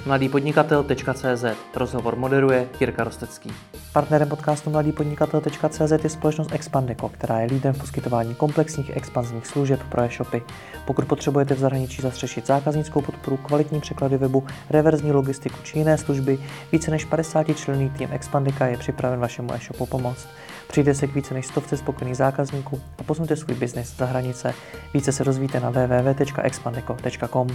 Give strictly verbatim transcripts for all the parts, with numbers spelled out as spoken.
mladý podnikatel tečka cé zet. Rozhovor moderuje Jirka Rostecký. Partnerem podcastu mladý podnikatel tečka cé zet je společnost Expandeco, která je lídrem v poskytování komplexních expanzních služeb pro e-shopy. Pokud potřebujete v zahraničí zastřešit zákaznickou podporu, kvalitní překlady webu, reverzní logistiku či jiné služby, více než padesátičlenný tým Expandeca je připraven vašemu e-shopu pomoct. Přijde se k více než stovce spokojených zákazníků a posuňte svůj biznis za hranice. Více se dozvíte na w w w tečka expandeco tečka com.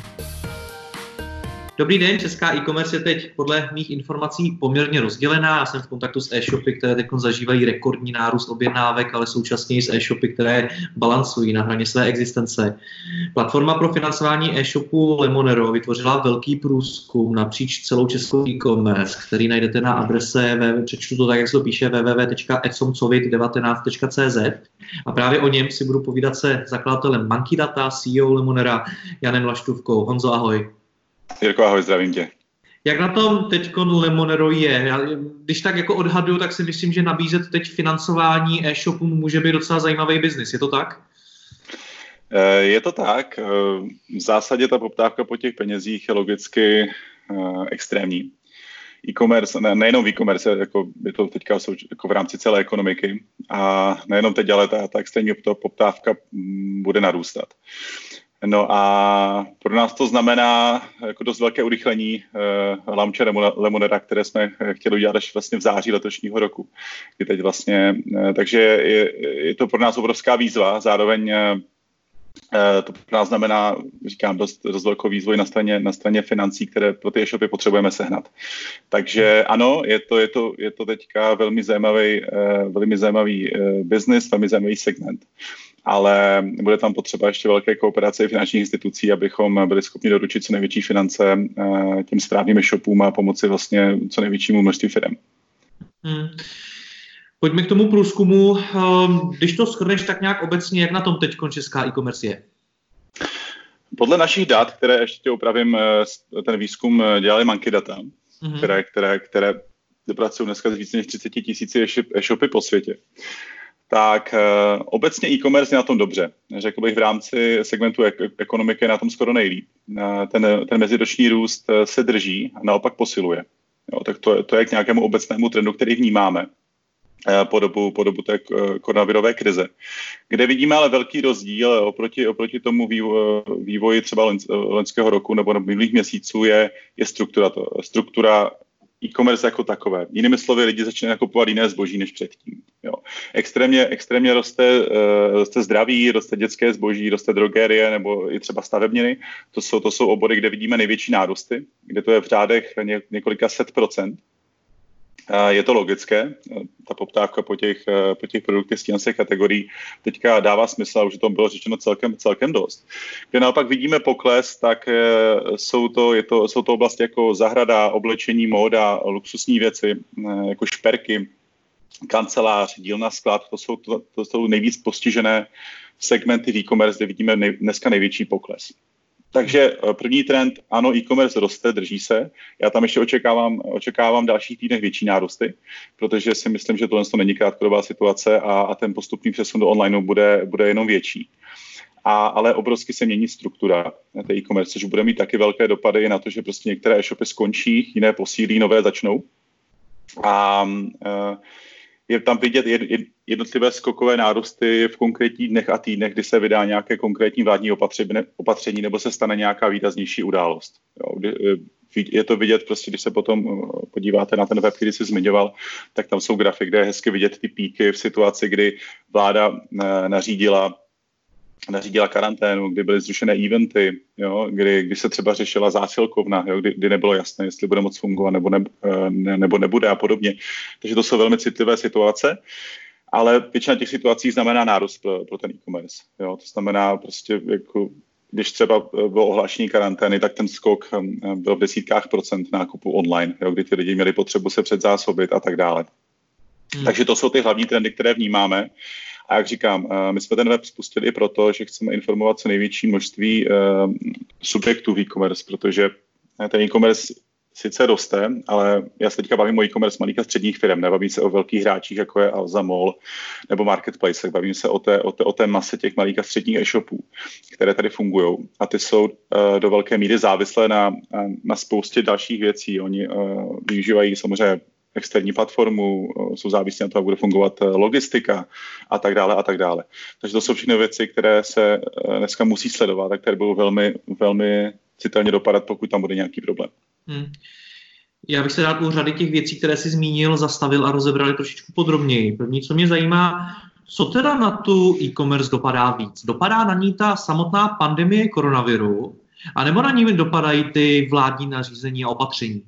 Dobrý den, česká e-commerce je teď podle mých informací poměrně rozdělená. Já jsem v kontaktu s e-shopy, které teď zažívají rekordní nárůst objednávek, ale současně i s e-shopy, které balancují na hraně své existence. Platforma pro financování e-shopu Lemonero vytvořila velký průzkum napříč celou českou e-commerce, který najdete na adrese, přečtu to tak, jak se to píše, w w w tečka ecomcovit devatenáct tečka cé zet. A právě o něm si budu povídat se zakladatelem Monkey Data, C E O Lemonera, Janem Laštůvkou. Honzo, ahoj. Jirko, ahoj, zdravím tě. Jak na tom teď Lemonero je? Já, když tak jako odhaduju, tak si myslím, že nabízet teď financování e-shopům může být docela zajímavý biznis. Je to tak? Je to tak. V zásadě ta poptávka po těch penězích je logicky extrémní. E-commerce, ne, nejenom v e-commerce, jako je to teďka jako v rámci celé ekonomiky a nejenom teď, ale ta, ta extrémní poptávka bude narůstat. No a pro nás to znamená jako dost velké urychlení uh, launche Lemonera, které jsme chtěli udělat až vlastně v září letošního roku. Je teď vlastně, uh, takže je, je to pro nás obrovská výzva, zároveň uh, to pro nás znamená, říkám, dost, dost velkou výzvoj na straně, na straně financí, které pro ty e-shopy potřebujeme sehnat. Takže ano, je to, je to, je to teďka velmi zajímavý, uh, velmi zajímavý uh, business, velmi zajímavý segment. Ale bude tam potřeba ještě velké kooperace finančních institucí, abychom byli schopni doručit co největší finance těm správným e-shopům a pomoci vlastně co největšímu množství firem. Hmm. Pojďme k tomu průzkumu. Když to shrneš tak nějak obecně, jak na tom teď česká e-commerce je? Podle našich dat, které ještě opravím, ten výzkum dělali Monkey Data, hmm. které, které, které pracují dneska s více než třicet tisíci e-shopy po světě. Tak uh, obecně e-commerce je na tom dobře. Řekl bych v rámci segmentu ek- ekonomiky je na tom skoro nejlíp. Uh, ten, ten meziroční růst uh, se drží a naopak posiluje. Jo, tak to, to je k nějakému obecnému trendu, který vnímáme uh, po dobu, po dobu té uh, koronavirové krize. Kde vidíme ale velký rozdíl oproti, oproti tomu vývo, vývoji třeba loňského roku nebo minulých měsíců je, je struktura. To, struktura e-commerce jako takové. Jinými slovy, lidi začínají nakupovat jiné zboží než předtím. Jo. Extrémně, extrémně roste, uh, roste zdraví, roste dětské zboží, roste drogerie nebo i třeba stavebniny. To jsou, to jsou obory, kde vidíme největší nárůsty, kde to je v řádech ně, několika set procent. Uh, je to logické, ta poptávka po těch, uh, po těch produktech z těch kategorií teďka dává smysl, a už to bylo řečeno celkem, celkem dost. Kde naopak vidíme pokles, tak uh, jsou, to, je to, jsou to oblasti jako zahrada, oblečení, móda, luxusní věci, uh, jako šperky, kancelář, dílna, sklad, to jsou, to, to jsou nejvíc postižené segmenty v e-commerce, kde vidíme nej, dneska největší pokles. Takže první trend, ano, e-commerce roste, drží se. Já tam ještě očekávám, očekávám dalších týdnech větší nárůsty, protože si myslím, že tohle to není krátkodobá situace a, a ten postupný přesun do online bude, bude jenom větší. A, ale obrovsky se mění struktura té e-commerce, což bude mít taky velké dopady na to, že prostě některé e-shopy skončí, jiné posílí, nové začnou. A uh, je tam vidět jednotlivé skokové nárůsty v konkrétních dnech a týdnech, kdy se vydá nějaké konkrétní vládní opatření nebo se stane nějaká výraznější událost. Jo, je to vidět, prostě, když se potom podíváte na ten web, který jsi zmiňoval, tak tam jsou grafy, kde je hezky vidět ty píky v situaci, kdy vláda nařídila nařídila karanténu, kdy byly zrušené eventy, jo, kdy, kdy se třeba řešila zásilkovna, jo, kdy, kdy nebylo jasné, jestli bude moc fungovat nebo, ne, ne, nebo nebude a podobně. Takže to jsou velmi citlivé situace, ale většina těch situací znamená nárůst pro, pro ten e-commerce. Jo. To znamená prostě, jako, když třeba bylo ohlášení karantény, tak ten skok byl v desítkách procent nákupu online, jo, kdy ty lidi měli potřebu se předzásobit a tak dále. Hmm. Takže to jsou ty hlavní trendy, které vnímáme. A jak říkám, my jsme ten web spustili i proto, že chceme informovat co největší množství subjektů v e-commerce, protože ten e-commerce sice roste, ale já se teďka bavím o e-commerce malých a středních firm, nebavím se o velkých hráčích, jako je Alza Mall nebo Marketplace, tak bavím se o té, o té, o té mase těch malých a středních e-shopů, které tady fungují. A ty jsou uh, do velké míry závislé na, na spoustě dalších věcí. Oni uh, využívají samozřejmě externí platformu, uh, jsou závislí na to, jak bude fungovat uh, logistika a tak dále a tak dále. Takže to jsou všechny věci, které se uh, dneska musí sledovat a které budou velmi, velmi citelně dopadat, pokud tam bude nějaký problém. Hmm. Já bych se rád u řady těch věcí, které jsi zmínil, zastavil a rozebrali trošičku podrobněji. První, co mě zajímá, co teda na tu e-commerce dopadá víc? Dopadá na ní ta samotná pandemie koronaviru, anebo na ní dopadají ty vládní nařízení a opatření?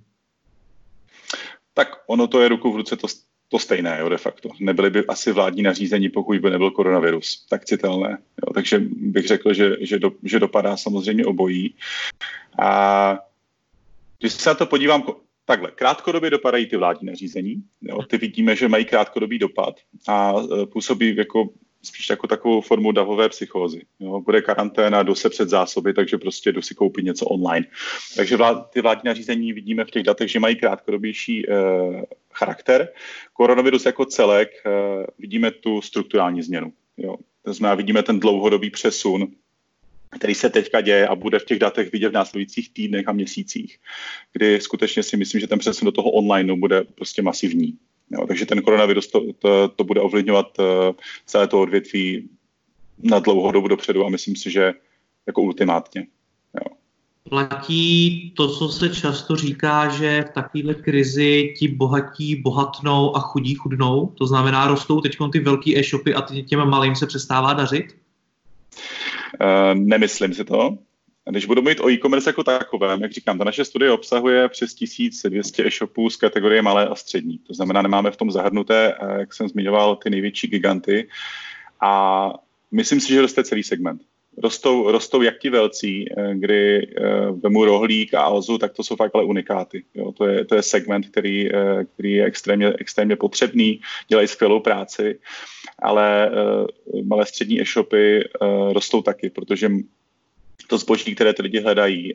Tak ono to je ruku v ruce to, to stejné, jo, de facto. Nebyly by asi vládní nařízení, pokud by nebyl koronavirus, tak citelné. Jo. Takže bych řekl, že, že, do, že dopadá samozřejmě obojí. A když se na to podívám takhle, krátkodobě dopadají ty vládní nařízení, jo, ty vidíme, že mají krátkodobý dopad a působí jako, spíš jako takovou formu davové psychózy. Jo. Bude karanténa, jdu se před zásoby, takže prostě jdu si koupit něco online. Takže vlád, ty vládní nařízení vidíme v těch datech, že mají krátkodobější eh, charakter. Koronavirus jako celek eh, vidíme tu strukturální změnu. Jo. To znamená, vidíme ten dlouhodobý přesun, který se teďka děje a bude v těch datech vidět v následujících týdnech a měsících, kdy skutečně si myslím, že ten přesun do toho online bude prostě masivní. Jo, takže ten koronavirus to, to, to bude ovlivňovat uh, celé to odvětví na dlouhou dobu dopředu a myslím si, že jako ultimátně. Jo. Platí to, co se často říká, že v takovéhle krizi ti bohatí bohatnou a chudí chudnou, to znamená rostou teď ty velký e-shopy a těm malým se přestává dařit? Uh, nemyslím si to. Když budu mluvit o e-commerce jako takovém, jak říkám, ta naše studie obsahuje přes tisíc dvě stě e-shopů z kategorie malé a střední. To znamená, nemáme v tom zahrnuté, jak jsem zmiňoval, ty největší giganty. A myslím si, že roste celý segment. Rostou, rostou jak ti velcí, kdy vemu Rohlík a Alzu, tak to jsou fakt ale unikáty. Jo, to, je, to je segment, který, který je extrémně, extrémně potřebný, dělají skvělou práci, ale malé střední e-shopy rostou taky, protože to zboží, které ty lidi hledají,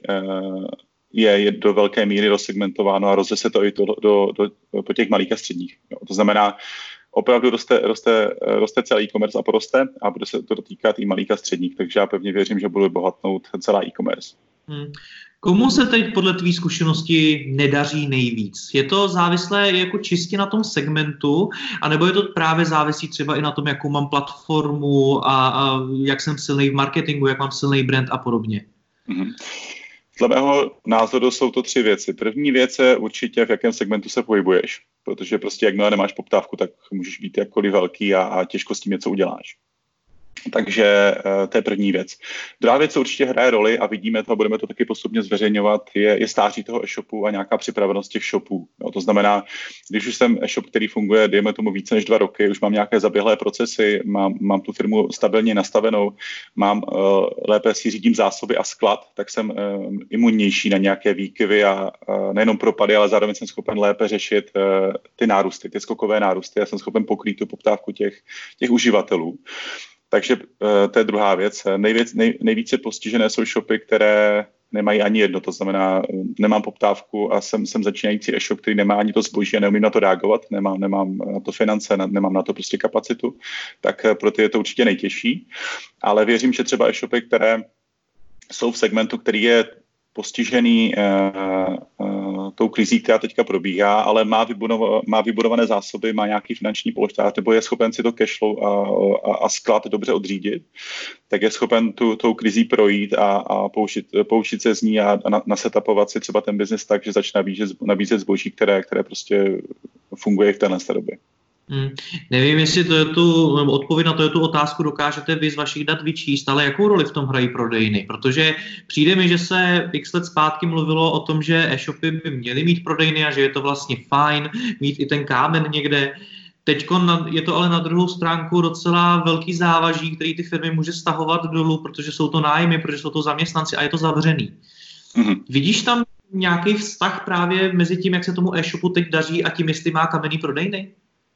je, je do velké míry rozsegmentováno a roste se to i do, do, do, po těch malých a středních. Jo. To znamená, opravdu roste, roste, roste celý e-commerce a poroste a bude se to dotýkat i malých a středních, takže já pevně věřím, že bude bohatnout celá e-commerce. Hmm. Komu se teď podle tvý zkušenosti nedaří nejvíc? Je to závislé jako čistě na tom segmentu, anebo je to právě závisí třeba i na tom, jakou mám platformu a, a jak jsem silný v marketingu, jak mám silný brand a podobně? Mm-hmm. Dle mého názoru jsou to tři věci. První věc je určitě, v jakém segmentu se pohybuješ, protože prostě jakmile nemáš poptávku, tak můžeš být jakkoliv velký a, a těžko s tím něco uděláš. Takže uh, to je první věc. Druhá věc, co určitě hraje roli a vidíme to a budeme to taky postupně zveřejňovat, je, je stáří toho e-shopu a nějaká připravenost těch shopů. Jo, to znamená, když už jsem e-shop, který funguje, dejme tomu více než dva roky, už mám nějaké zaběhlé procesy, mám, mám tu firmu stabilně nastavenou, mám uh, lépe si řídím zásoby a sklad, tak jsem uh, imunnější na nějaké výkyvy a uh, nejenom propady, ale zároveň jsem schopen lépe řešit uh, ty nárůsty, ty skokové nárůsty. Já jsem schopen pokrýt tu poptávku těch, těch uživatelů. Takže to je druhá věc. Nejvíc, nej, nejvíce postižené jsou shopy, které nemají ani jedno, to znamená, nemám poptávku a jsem, jsem začínající e-shop, který nemá ani to zboží a neumím na to reagovat, nemám, nemám na to finance, nemám na to prostě kapacitu, tak pro ty je to určitě nejtěžší. Ale věřím, že třeba e-shopy, které jsou v segmentu, který je postižený uh, uh, tou krizí, která teďka probíhá, ale má, vybudova, má vybudované zásoby, má nějaký finanční polštář, nebo je schopen si to cashflow a, a, a sklad dobře odřídit, tak je schopen tu, tou krizí projít a, a poučit, poučit se z ní a, a nasetapovat si třeba ten biznis tak, že začne nabízet, nabízet zboží, které, které prostě funguje v téhle době. Hmm. Nevím, jestli to je tu, odpověď na to je tu otázku dokážete vy z vašich dat vyčíst, ale jakou roli v tom hrají prodejny? Protože přijde mi, že se x let zpátky mluvilo o tom, že e-shopy by měly mít prodejny a že je to vlastně fajn mít i ten kámen někde. Teď je to ale na druhou stránku docela velký závaží, který ty firmy může stahovat dolů, protože jsou to nájmy, protože jsou to zaměstnanci a je to zavřený. Mm-hmm. Vidíš tam nějaký vztah právě mezi tím, jak se tomu e-shopu teď daří a tím, jestli má kamenný prodejny?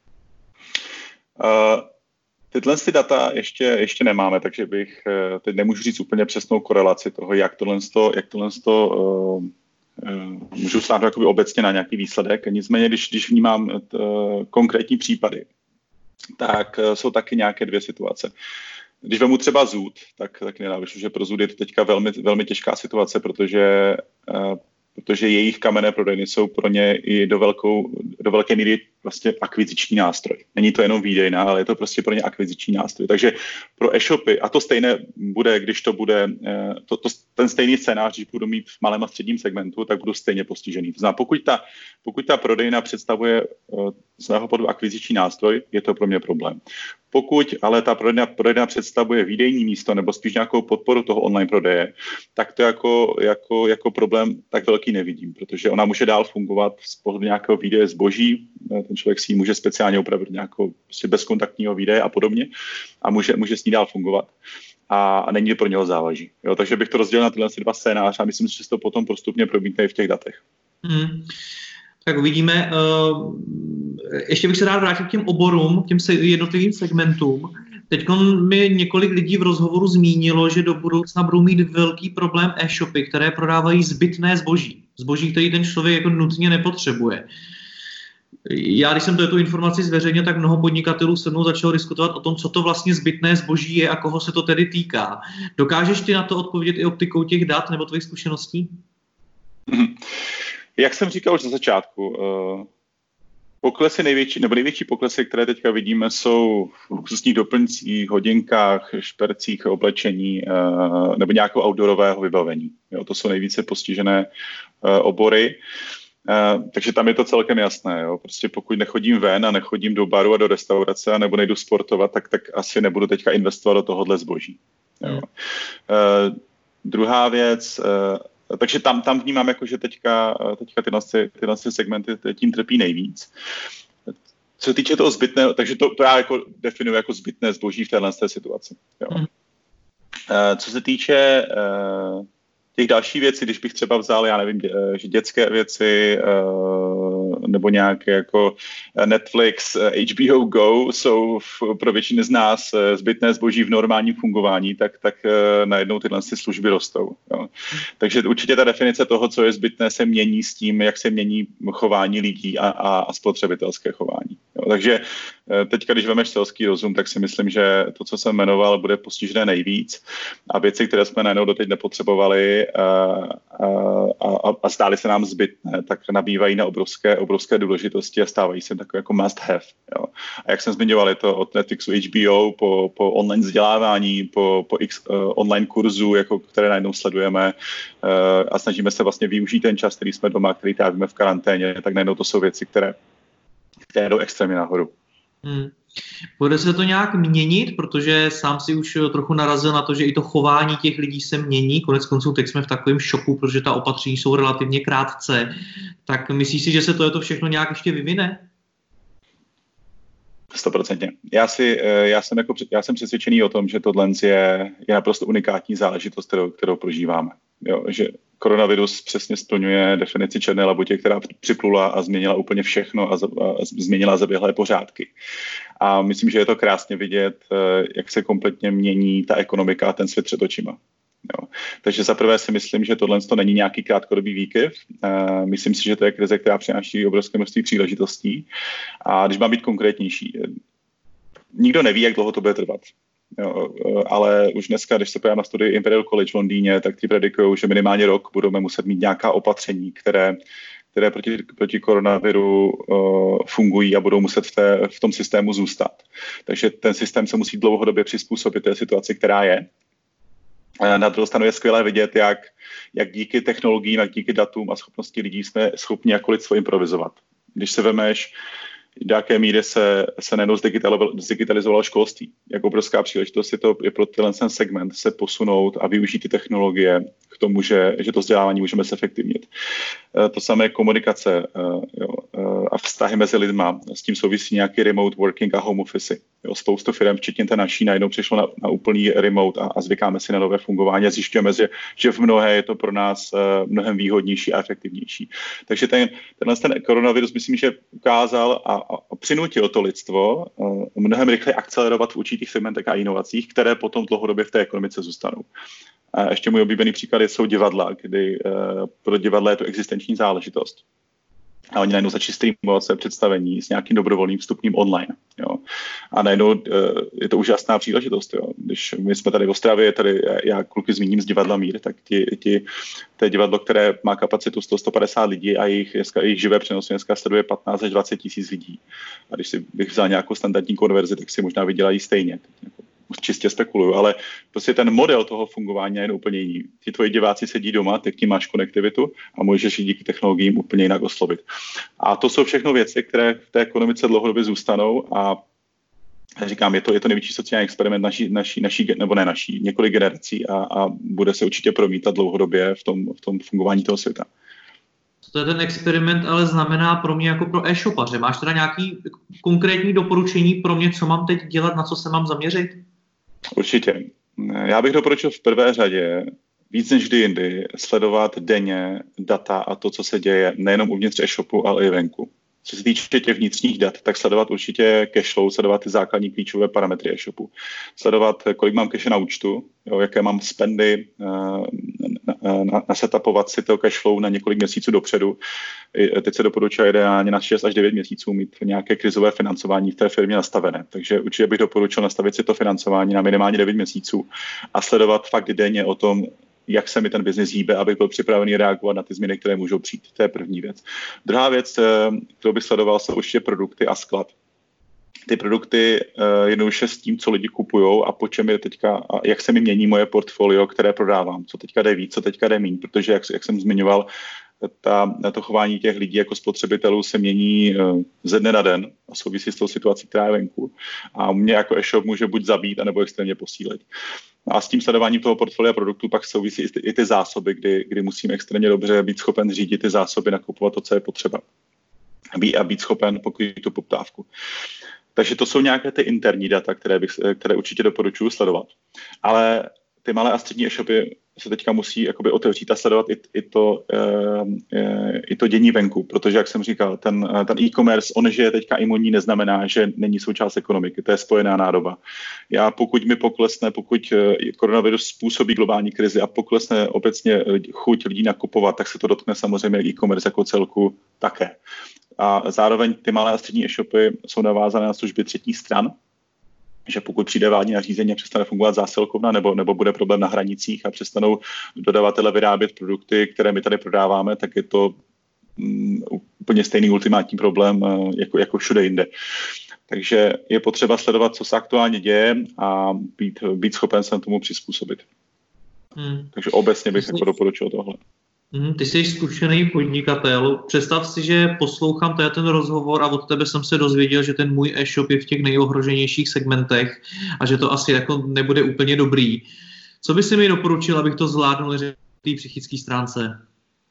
Uh, tyhle ty data ještě, ještě nemáme, takže bych uh, teď nemůžu říct úplně přesnou korelaci toho, jak tohle, jak tohle uh, můžu stát jakoby obecně na nějaký výsledek, nicméně když, když vnímám t, konkrétní případy, tak jsou taky nějaké dvě situace. Když vemu třeba Zoot, tak, tak nenávišu, že pro Zoot je to teďka velmi, velmi těžká situace, protože protože jejich kamenné prodejny jsou pro ně i do, velkou, do velké míry vlastně akviziční nástroj. Není to jenom výdejná, ale je to prostě pro ně akviziční nástroj. Takže pro e-shopy, a to stejné bude, když to bude, to, to, ten stejný scénář, když budu mít v malém a středním segmentu, tak budu stejně postižený. To znamená, pokud ta, pokud ta prodejna představuje z mého pohledu akviziční nástroj, je to pro mě problém. Pokud ale ta prodejna, prodejna představuje výdejní místo nebo spíš nějakou podporu toho online prodeje, tak to jako, jako, jako problém tak velký nevidím, protože ona může dál fungovat z pohledu nějakého výdeje zboží, ten člověk si ji může speciálně upravit nějakou prostě bezkontaktního výdeje a podobně a může, může s ní dál fungovat. A, a není pro něho závaží. Jo, takže bych to rozdělil na tyhle dva scénáře a myslím si, že se to potom postupně promítne i v těch datech. Hmm. Tak uvidíme. Ještě bych se rád vrátil k těm oborům, k těm jednotlivým segmentům. Teď mi několik lidí v rozhovoru zmínilo, že do budoucna budou mít velký problém e-shopy, které prodávají zbytné zboží. Zboží, který ten člověk jako nutně nepotřebuje. Já, když jsem tu informaci zveřejnil, tak mnoho podnikatelů se mnou začalo diskutovat o tom, co to vlastně zbytné zboží je a koho se to tedy týká. Dokážeš ty na to odpovědět i optikou těch dat nebo tvých zkušeností? Mm-hmm. Jak jsem říkal už na začátku, poklesy největší, nebo největší poklesy, které teďka vidíme, jsou v luxusních doplňcích, hodinkách, špercích, oblečení nebo nějakého outdoorového vybavení. Jo, to jsou nejvíce postižené obory. Takže tam je to celkem jasné. Jo. Prostě pokud nechodím ven a nechodím do baru a do restaurace a nebo nejdu sportovat, tak, tak asi nebudu teďka investovat do tohohle zboží. Jo. Hmm. Uh, druhá věc, uh, takže tam, tam vnímám, jako, že teďka, teďka tyhle, tyhle segmenty tím trpí nejvíc. Co se týče toho zbytného, takže to, to já jako definuji jako zbytné zboží v téhle situaci. Jo. Hmm. Uh, co se týče uh, těch další věcí, když bych třeba vzal, já nevím, že dětské věci nebo nějaké jako Netflix, H B O Go jsou pro většinu z nás zbytné zboží v normálním fungování, tak, tak najednou tyhle služby rostou. Jo. Takže určitě ta definice toho, co je zbytné, se mění s tím, jak se mění chování lidí a, a, a spotřebitelské chování. Jo. Takže teďka, když vemeš selský rozum, tak si myslím, že to, co jsem jmenoval, bude postižené nejvíc a věci, které jsme najednou doteď nepotřebovali a, a, a zdály se nám zbytné, tak nabývají na obrovské, obrovské důležitosti a stávají se takové jako must have. Jo. A jak jsem zmiňoval, je to od Netflixu H B O po, po online vzdělávání, po, po x uh, online kurzu, jako, které najednou sledujeme uh, a snažíme se vlastně využít ten čas, který jsme doma, který trávíme v karanténě, tak najednou to jsou věci, které, které jdou extrémně nahoru. Hmm. Bude se to nějak měnit, protože sám si už trochu narazil na to, že i to chování těch lidí se mění. Konec konců teď jsme v takovém šoku, protože ta opatření jsou relativně krátce. Tak myslíš si, že se to, to všechno nějak ještě vyvine? Stoprocentně. Já, si, já, jsem jako, já jsem přesvědčený o tom, že tohle je, je naprosto unikátní záležitost, kterou, kterou prožíváme. Jo, že koronavirus přesně splňuje definici černé labutě, která připlula a změnila úplně všechno a, z, a změnila zaběhlé pořádky. A myslím, že je to krásně vidět, jak se kompletně mění ta ekonomika a ten svět před očima. Jo. Takže zaprvé si myslím, že tohle to není nějaký krátkodobý výkyv. Uh, myslím si, že to je krize, která přináší obrovské množství příležitostí. A když mám být konkrétnější, nikdo neví, jak dlouho to bude trvat. Jo, ale už dneska, když se podívám na studii Imperial College v Londýně, tak ti predikují, že minimálně rok budeme muset mít nějaká opatření, které, které proti, proti koronaviru uh, fungují a budou muset v, té, v tom systému zůstat. Takže ten systém se musí dlouhodobě přizpůsobit té situaci, která je. Na druhou stranu je skvělé vidět, jak, jak díky technologiím, jak díky datům a schopnosti lidí jsme schopni jako lidstvo improvizovat. Když se vemeš, do jaké míry se, se najednou zdigitalizovalo školství. Jak obrovská příležitost je to je pro tenhle segment se posunout a využít ty technologie k tomu, že, že to vzdělávání můžeme zefektivnit. To samé komunikace jo, a vztahy mezi lidma. S tím souvisí nějaký remote working a home office. Jo, spoustu firm, včetně té naší, najednou přišlo na, na úplný remote a, a zvykáme si na nové fungování a zjišťujeme, že, že v mnohé je to pro nás uh, mnohem výhodnější a efektivnější. Takže ten, tenhle ten koronavirus, myslím, že ukázal a, a, a přinutil to lidstvo uh, mnohem rychleji akcelerovat v určitých segmentech a inovacích, které potom dlouhodobě v té ekonomice zůstanou. A ještě můj oblíbený příklad jsou divadla, kdy uh, pro divadla je to existenční záležitost. A oni najednou začali streamovat své představení s nějakým dobrovolným vstupním online. Jo. A najednou uh, je to úžasná příležitost. Jo. Když my jsme tady v Ostravě, tady já kluky zmíním z divadla Mír, tak ti, ti, to je divadlo, které má kapacitu sto až sto padesát lidí a jejich, jejich živé přenosy dneska sleduje patnáct až dvacet tisíc lidí. A když si bych vzal nějakou standardní konverzi, tak si možná vydělají stejně. Čistě spekuluju, ale prostě ten model toho fungování je úplně jiný. Ti tvoji diváci sedí doma, ty k ním máš konektivitu a můžeš ji díky technologiím úplně jinak oslovit. A to jsou všechno věci, které v té ekonomice dlouhodobě zůstanou a říkám, je to, je to největší sociální experiment naší, naší, naší, nebo ne naší, několik generací a, a bude se určitě promítat dlouhodobě v tom, v tom fungování toho světa. To je ten experiment, ale znamená pro mě jako pro e-shopaře. Máš teda nějaký konkrétní doporučení pro mě, co mám teď dělat, na co se mám zaměřit? Určitě. Já bych doporučil v prvé řadě víc než kdy jindy sledovat denně data a to, co se děje nejenom uvnitř e-shopu, ale i venku. Co se týče těch vnitřních dat, tak sledovat určitě cash flow, sledovat ty základní klíčové parametry e-shopu. Sledovat, kolik mám cache na účtu, jo, jaké mám spendy, nasetapovat si to cash flow na několik měsíců dopředu. Teď se doporučuje ideálně na šest až devět měsíců mít nějaké krizové financování v té firmě nastavené. Takže určitě bych doporučil nastavit si to financování na minimálně devět měsíců a sledovat fakt denně o tom, jak se mi ten biznis hýbe, abych byl připravený reagovat na ty změny, které můžou přijít. To je první věc. Druhá věc, kterou bych sledoval, jsou určitě produkty a sklad. Ty produkty jednoduše s tím, co lidi kupujou a po čem je teďka, a jak se mi mění moje portfolio, které prodávám, co teďka jde víc, co teďka jde míň, protože jak, jak jsem zmiňoval, ta, to chování těch lidí jako spotřebitelů se mění ze dne na den a souvisí s tou situací, která je venku. A mě jako e-shop může buď zabít, anebo extrémně posílit. A s tím sledováním toho portfolia produktů pak souvisí i ty, i ty zásoby, kdy, kdy musím extrémně dobře být schopen řídit ty zásoby, nakupovat to, co je potřeba. A být schopen pokrýt tu poptávku. Takže to jsou nějaké ty interní data, které, bych, které určitě doporučuji sledovat. Ale ty malé a střední e-shopy se teďka musí jakoby otevřít a sledovat i, i, to, e, i to dění venku, protože, jak jsem říkal, ten, ten e-commerce, on, že je teďka imunní, neznamená, že není součást ekonomiky, to je spojená nádoba. Já pokud mi poklesne, pokud koronavirus způsobí globální krizi a poklesne obecně chuť lidí nakupovat, tak se to dotkne samozřejmě e-commerce jako celku také. A zároveň ty malé a střední e-shopy jsou navázané na služby třetích stran, že pokud přijde vládní nařízení a přestane fungovat zásilkovna nebo, nebo bude problém na hranicích a přestanou dodavatele vyrábět produkty, které my tady prodáváme, tak je to um, úplně stejný ultimátní problém uh, jako, jako všude jinde. Takže je potřeba sledovat, co se aktuálně děje a být, být schopen se tomu přizpůsobit. Hmm. Takže obecně bych jako doporučil tohle. Ty jsi zkušený podnikatel. Představ si, že poslouchám tady ten rozhovor a od tebe jsem se dozvěděl, že ten můj e-shop je v těch nejohroženějších segmentech a že to asi jako nebude úplně dobrý. Co by si mi doporučil, abych to zvládnul v té psychické stránce?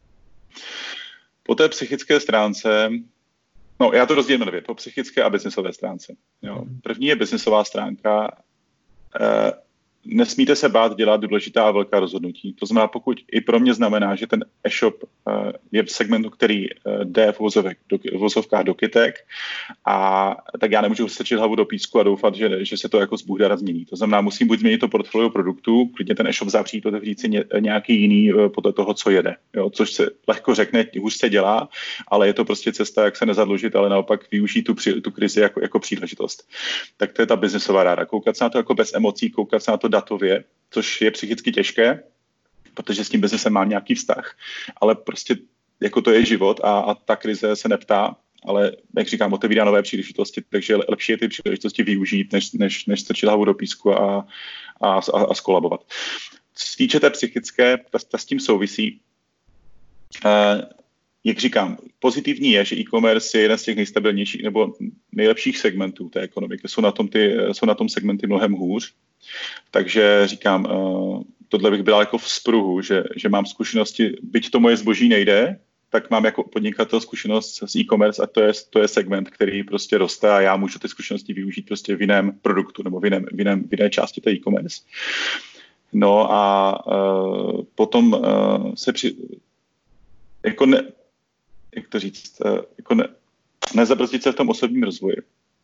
Po té psychické stránce, no já to rozdělím na dvě, po psychické a biznesové stránce. Jo. První je biznesová stránka. Eh, Nesmíte se bát dělat důležitá a velká rozhodnutí. To znamená, pokud i pro mě znamená, že ten e-shop uh, je v segmentu, který uh, jde v vozovkách do kytek, a tak já nemůžu strčit hlavu do písku a doufat, že, že se to jako z Bůh dara změní. To znamená, musím buď změnit to portfolio produktů, klidně ten e-shop zavřít, otevřít si ně, nějaký jiný uh, podle toho, co jede. Jo? Což se lehko řekne, hůř se dělá, ale je to prostě cesta, jak se nezadlužit, ale naopak využít tu, při, tu krizi jako, jako příležitost. Tak to je ta biznesová ráda. Koukat se na to jako bez emocí, koukat se na to datově, což je psychicky těžké, protože s tím biznesem mám nějaký vztah, ale prostě jako to je život a, a ta krize se neptá, ale jak říkám, otevírá nové příležitosti, takže lepší je ty příležitosti využít, než, než, než strčit hlavu do písku a, a, a, a skolabovat. Co se týče té psychické, ta, ta s tím souvisí. Uh, jak říkám, pozitivní je, že e-commerce je jeden z těch nejstabilnějších nebo nejlepších segmentů té ekonomiky. Jsou na tom, ty, jsou na tom segmenty mnohem hůř. Takže říkám, uh, tohle bych byl jako v spruhu, že, že mám zkušenosti, byť to moje zboží nejde, tak mám jako podnikatel zkušenost s e-commerce a to je, to je segment, který prostě roste a já můžu ty zkušenosti využít prostě v jiném produktu nebo v, jiném, v, jiném, v jiné části té e-commerce. No a uh, potom uh, se při... jako ne, jak to říct, uh, jako ne, nezabrzdit se v tom osobním rozvoji.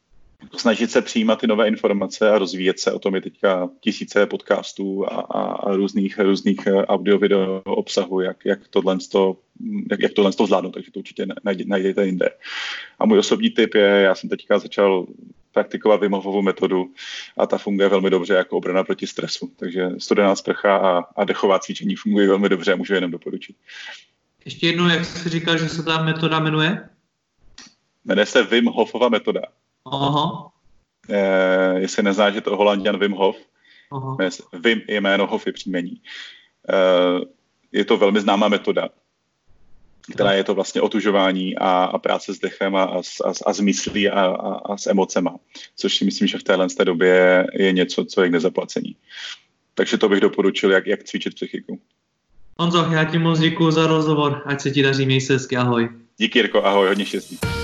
snažit se přijímat ty nové informace a rozvíjet se. O tom je teďka tisíce podcastů a, a, a různých, různých audio-video obsahu, jak, jak tohle to, jak, jak tohle to zvládnout, takže to určitě najdete jinde. A můj osobní tip je, já jsem teďka začal praktikovat Wim Hofovou metodu a ta funguje velmi dobře jako obrana proti stresu. Takže studená sprcha a, a dechová cvičení fungují velmi dobře a můžu jenom doporučit. Ještě jednou, jak jsi říkal, že se ta metoda jmenuje? Jmenuje se Wim Hofova metoda. Aha. Eh, jestli neznáš, že to Holanďan Wim Hof. Aha. Wim je jméno, Hof je příjmení. Eh, je to velmi známá metoda, která je to vlastně otužování a, a práce s dechem a, a, a s myslí a, a, a s emocema. Což si myslím, že v téhle době je něco, co je k nezaplacení. Takže to bych doporučil, jak, jak cvičit psychiku. Honzo, já ti moc děkuju za rozhovor. Ať se ti daří, měj se hezky, ahoj. Díky, Jirko, ahoj, hodně štěstí.